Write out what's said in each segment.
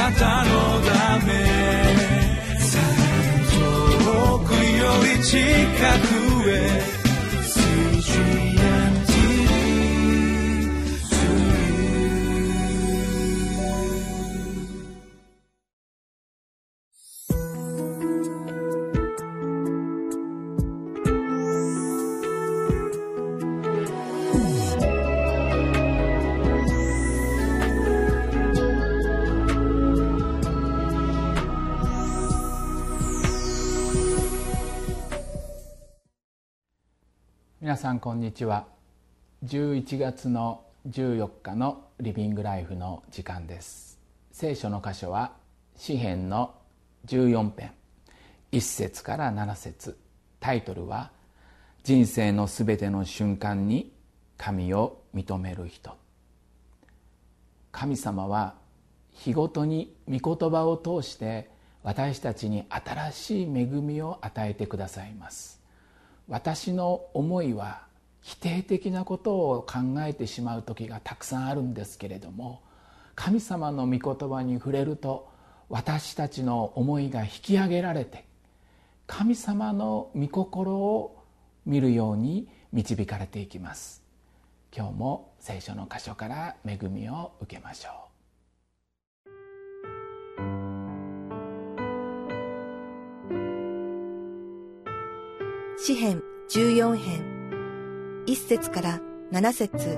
なたのため遠くより近くへ皆さんこんにちは。11月の14日のリビングライフの時間です。聖書の箇所は詩編の14編1節から7節。タイトルは人生のすべての瞬間に神を認める人。神様は日ごとに御言葉を通して私たちに新しい恵みを与えてくださいます。私の思いは否定的なことを考えてしまう時がたくさんあるんですけれども、神様の御言葉に触れると私たちの思いが引き上げられて、神様の御心を見るように導かれていきます。今日も聖書の箇所から恵みを受けましょう。 詩編14編1節から7節。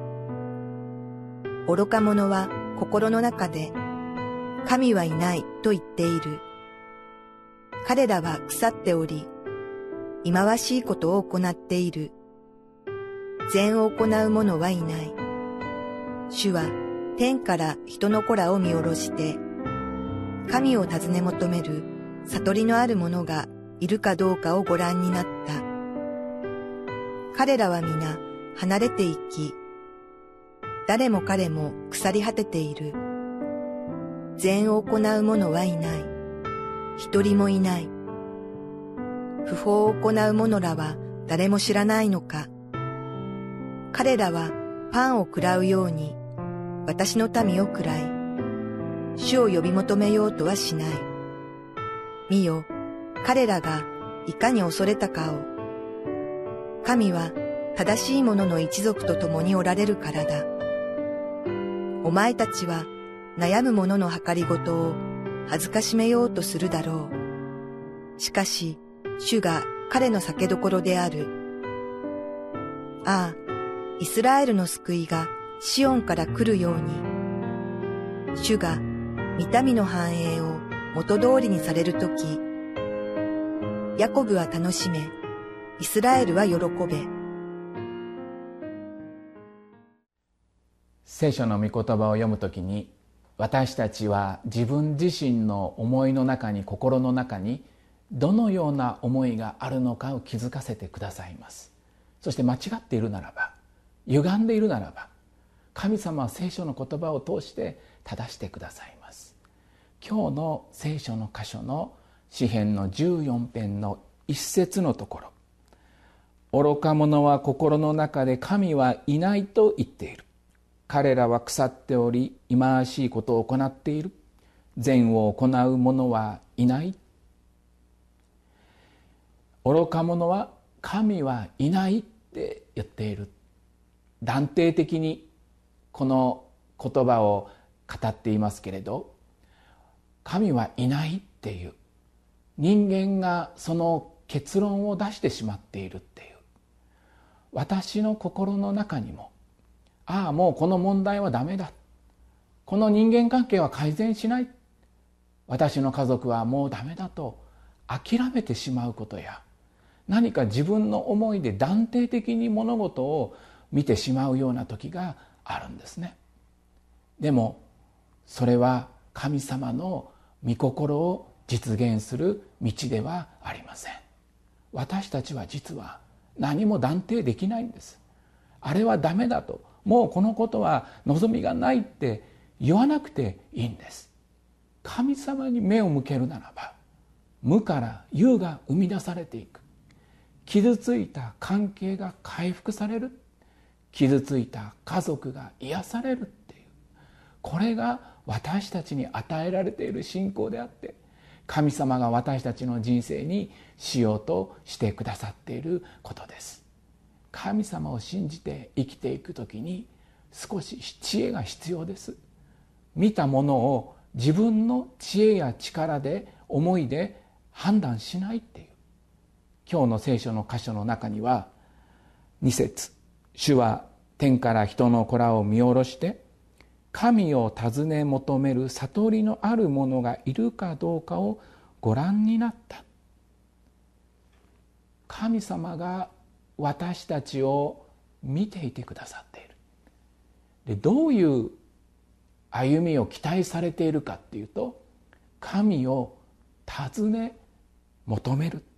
愚か者は心の中で神はいないと言っている。彼らは腐っており、忌まわしいことを行っている。善を行う者はいない。主は天から人の子らを見下ろして、神を尋ね求める悟りのある者がいるかどうかをご覧になった。彼らは皆離れていき、誰も彼も腐り果てている。善を行う者はいない。一人もいない。不法を行う者らは誰も知らないのか。彼らはパンを喰らうように私の民を喰らい、主を呼び求めようとはしない。見よ、彼らがいかに恐れたかを。神は正しい者の一族と共におられるからだ。お前たちは悩む者の計りごとを恥ずかしめようとするだろう。しかし、主が彼の酒どころである。ああ、イスラエルの救いがシオンから来るように。主が御民の繁栄を元通りにされるとき、ヤコブは楽しめ、イスラエルは喜べ。 聖書の御言葉を読むときに、私たちは自分自身の思いの中に、心の中にどのような思いがあるのかを気づかせてくださいます。そして間違っているならば、歪んでいるならば、神様は聖書の言葉を通して正してくださいます。今日の聖書の箇所の詩編の14編の一節のところ、愚か者は心の中で神はいないと言っている。彼らは腐っており、忌まわしいことを行っている。善を行う者はいない。愚か者は神はいないって言っている。断定的にこの言葉を語っていますけれど、神はいないっていう、人間がその結論を出してしまっているっていう、私の心の中にも、ああもうこの問題はダメだ、この人間関係は改善しない、私の家族はもうダメだと諦めてしまうことや、何か自分の思いで断定的に物事を見てしまうような時があるんですね。でもそれは神様の御心を実現する道ではありません。私たちは実は何も断定できないんです。あれはダメだと、もうこのことは望みがないって言わなくていいんです。神様に目を向けるならば、無から有が生み出されていく。傷ついた関係が回復される。傷ついた家族が癒されるっていう、これが私たちに与えられている信仰であって、神様が私たちの人生にしようとしてくださっていることです。神様を信じて生きていくときに少し知恵が必要です。見たものを自分の知恵や力で思いで判断しないっていう。今日の聖書の箇所の中には2節、主は天から人の子らを見下ろして神を尋ね求める悟りのある者がいるかどうかをご覧になった。神様が私たちを見ていてくださっている。で、どういう歩みを期待されているかっていうと、神を尋ね求める。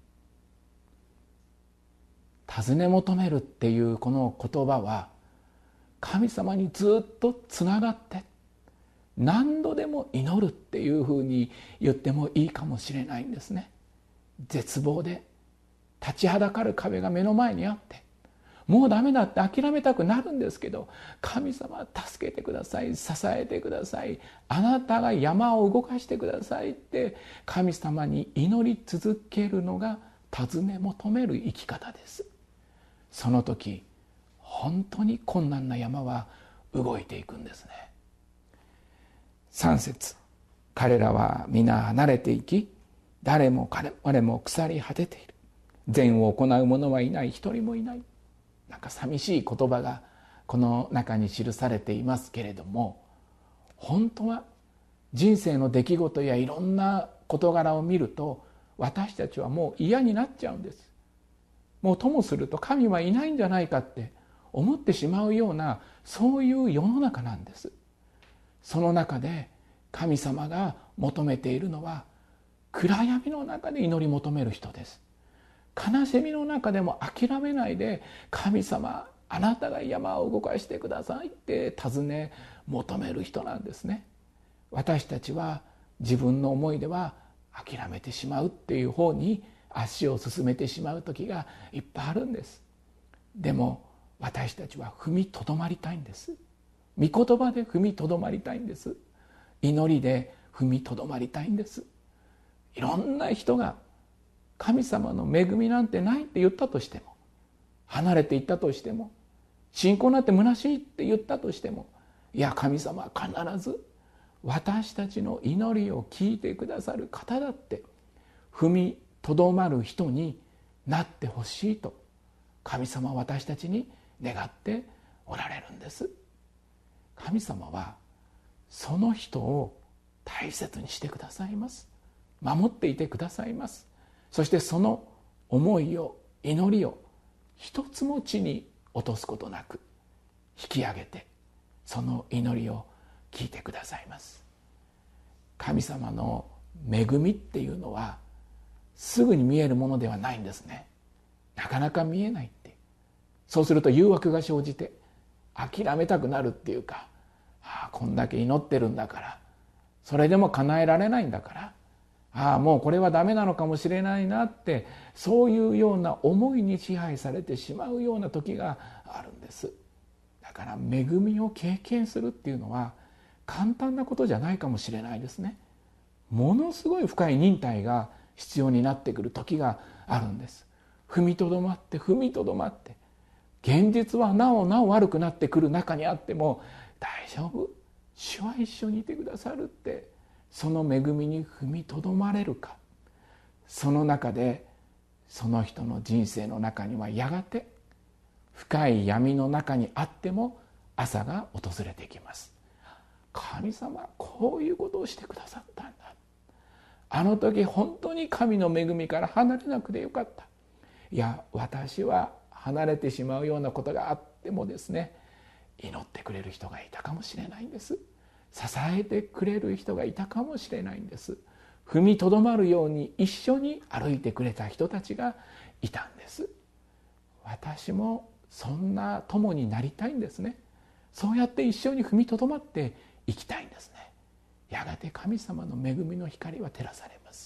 尋ね求めるっていうこの言葉は、神様にずっとつながって何度でも祈るっていうふうに言ってもいいかもしれないんですね。絶望で立ちはだかる壁が目の前にあって、もうダメだって諦めたくなるんですけど、神様助けてください、支えてください、あなたが山を動かしてくださいって神様に祈り続けるのが尋ね求める生き方です。その時本当に困難な山は動いていくんですね。3節、彼らは皆離れていき、誰も彼も腐り果てている。善を行う者はいない、一人もいない。なんか寂しい言葉がこの中に記されていますけれども、本当は人生の出来事やいろんな事柄を見ると、私たちはもう嫌になっちゃうんです。もうともすると神はいないんじゃないかって思ってしまうような、そういう世の中なんです。その中で神様が求めているのは、暗闇の中で祈り求める人です。悲しみの中でも諦めないで、神様あなたが山を動かしてくださいって尋ね求める人なんですね。私たちは自分の思いでは諦めてしまうっていう方に足を進めてしまう時がいっぱいあるんです。でも私たちは踏みとどまりたいんです。御言葉で踏みとどまりたいんです。祈りで踏みとどまりたいんです。いろんな人が神様の恵みなんてないって言ったとしても、離れていったとしても、信仰なんて虚しいって言ったとしても、いや神様は必ず私たちの祈りを聞いてくださる方だって、踏みとどまる人になってほしいと神様は私たちに願っておられるんです。神様はその人を大切にしてくださいます。守っていてくださいます。そしてその思いを、祈りを一つも地に落とすことなく引き上げて、その祈りを聞いてくださいます。神様の恵みっていうのはすぐに見えるものではないんですね。なかなか見えないって。そうすると誘惑が生じて諦めたくなるっていうか、こんだけ祈ってるんだからそれでも叶えられないんだからもうこれはダメなのかもしれないなって、そういうような思いに支配されてしまうような時があるんです。だから恵みを経験するっていうのは簡単なことじゃないかもしれないですね。ものすごい深い忍耐が必要になってくる時があるんです。踏みとどまって踏みとどまって、現実はなおなお悪くなってくる中にあっても大丈夫、主は一緒にいてくださるって、その恵みに踏みとどまれるか。その中でその人の人生の中にはやがて深い闇の中にあっても朝が訪れてきます。神様はこういうことをしてくださったんだ、あの時本当に神の恵みから離れなくてよかった。いや私は離れてしまうようなことがあってもですね、祈ってくれる人がいたかもしれないんです。支えてくれる人がいたかもしれないんです。踏みとどまるように一緒に歩いてくれた人たちがいたんです。私もそんな友になりたいんですね。そうやって一緒に踏みとどまって生きたいんですね。やがて神様の恵みの光は照らされます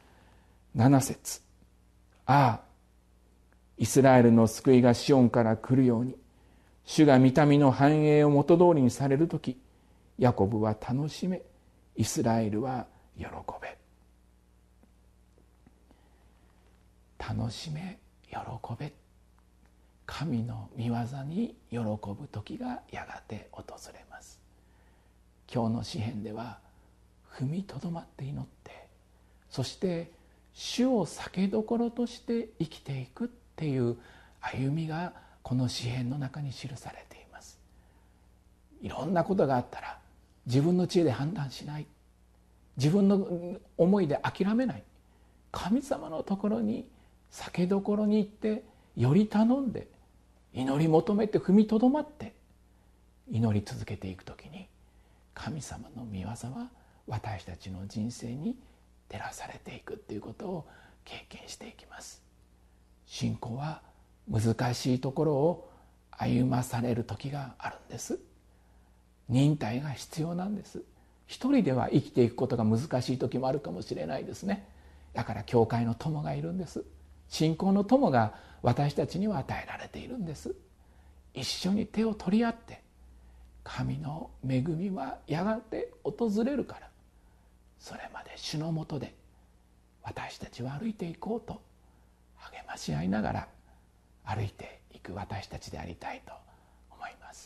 。7節、イスラエルの救いがシオンから来るように、主が御民の繁栄を元通りにされるとき、ヤコブは楽しめ、 イスラエルは喜べ。楽しめ、喜べ。神の御業に喜ぶ時がやがて訪れます。今日の詩編では踏みとどまって祈って、そして主を酒どころとして生きていくっていう歩みがこの詩編の中に記されています。いろんなことがあったら自分の知恵で判断しない、自分の思いで諦めない、神様のところに酒どころに行ってより頼んで祈り求めて踏みとどまって祈り続けていくときに、神様の御業は私たちの人生に照らされていくということを経験していきます。信仰は難しいところを歩まされる時があるんです。忍耐が必要なんです。一人では生きていくことが難しい時もあるかもしれないですね。だから教会の友がいるんです。信仰の友が私たちには与えられているんです。一緒に手を取り合って神の恵みはやがて訪れるから、それまで主のもとで私たちは歩いていこうと励まし合いながら歩いていく私たちでありたいと思います。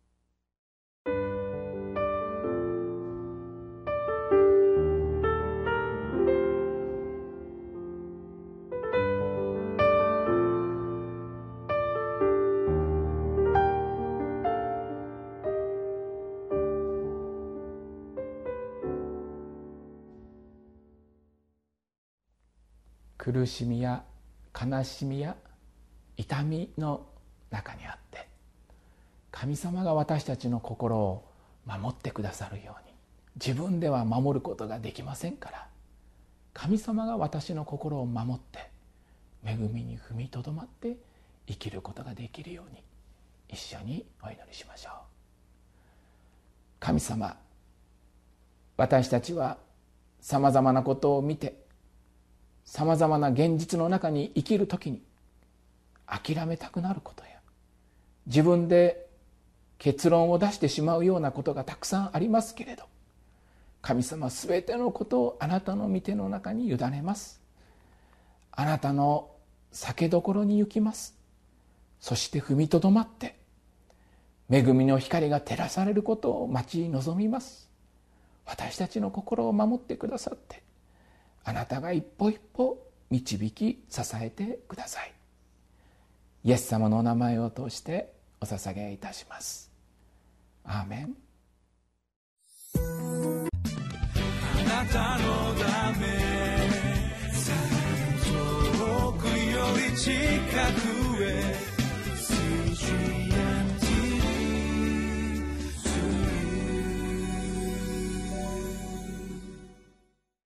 苦しみや悲しみや痛みの中にあって、神様が私たちの心を守ってくださるように、自分では守ることができませんから、神様が私の心を守って恵みに踏みとどまって生きることができるように一緒にお祈りしましょう。神様、私たちはさまざまなことを見て、さまざまな現実の中に生きるときに諦めたくなることや、自分で結論を出してしまうようなことがたくさんありますけれど、神様、すべてのことをあなたの御手の中に委ねます。あなたの酒どころに行きます。そして踏みとどまって恵みの光が照らされることを待ち望みます。私たちの心を守ってくださって、あなたが一歩一歩導き支えてください。イエス様のお名前を通してお捧げいたします。アーメン。 あなたのため遠くより近く